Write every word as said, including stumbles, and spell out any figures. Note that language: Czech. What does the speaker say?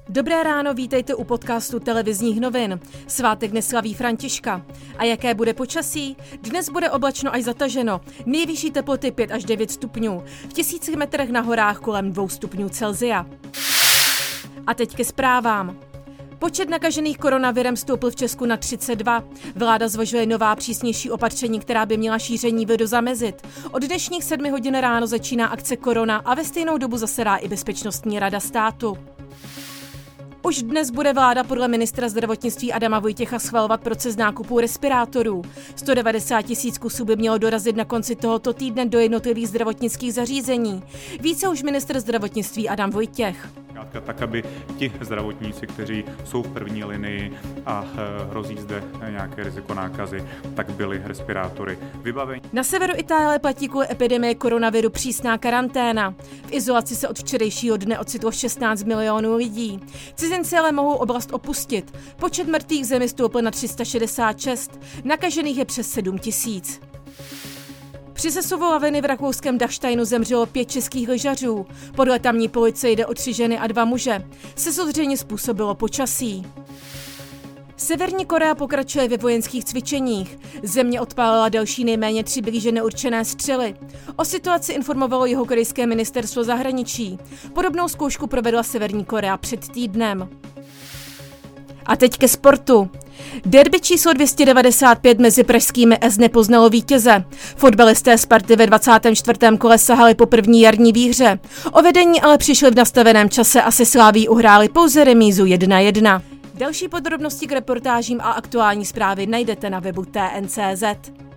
Dobré ráno, vítejte u podcastu televizních novin. Svátek neslaví Františka. A jaké bude počasí? Dnes bude oblačno až zataženo. Nejvyšší teploty pět až devět stupňů. V tisících metrech na horách kolem dvou stupňů Celsia. A teď ke zprávám. Počet nakažených koronavirem stoupl v Česku na třicet dva. Vláda zvažuje nová přísnější opatření, která by měla šíření viru zamezit. Od dnešních sedmi hodin ráno začíná akce Korona a ve stejnou dobu zasedá i Bezpečnostní rada státu. Už dnes bude vláda podle ministra zdravotnictví Adama Vojtěcha schvalovat proces nákupu respirátorů. sto devadesát tisíc kusů by mělo dorazit na konci tohoto týdne do jednotlivých zdravotnických zařízení. Více už ministr zdravotnictví Adam Vojtěch. Tak, aby ti zdravotníci, kteří jsou v první linii a hrozí zde nějaké riziko nákazy, tak byly respirátory vybaveni. Na severu Itálie platí kvůli epidemie koronaviru přísná karanténa. V izolaci se od včerejšího dne ocitlo šestnáct milionů lidí. Cizinci ale mohou oblast opustit. Počet mrtvých v zemi stoupl na tři sta šedesát šest, nakažených je přes sedm tisíc. Při sesuvu laviny v rakouském Dachsteinu zemřelo pět českých lyžařů. Podle tamní policie jde o tři ženy a dva muže. Sesuv zřejmě způsobilo počasí. Severní Korea pokračuje ve vojenských cvičeních. Země odpálila další nejméně tři blíže neurčené střely. O situaci informovalo jihokorejské ministerstvo zahraničí. Podobnou zkoušku provedla Severní Korea před týdnem. A teď ke sportu. Derby číslo dvě stě devadesát pět mezi pražskými S nepoznalo vítěze. Fotbalisté Sparty ve dvacátém čtvrtém kole sahali po první jarní výhře. O vedení ale přišli v nastaveném čase a se Slaví uhráli pouze remízu jedna jedna. Další podrobnosti k reportážím a aktuální zprávy najdete na webu T N C Z.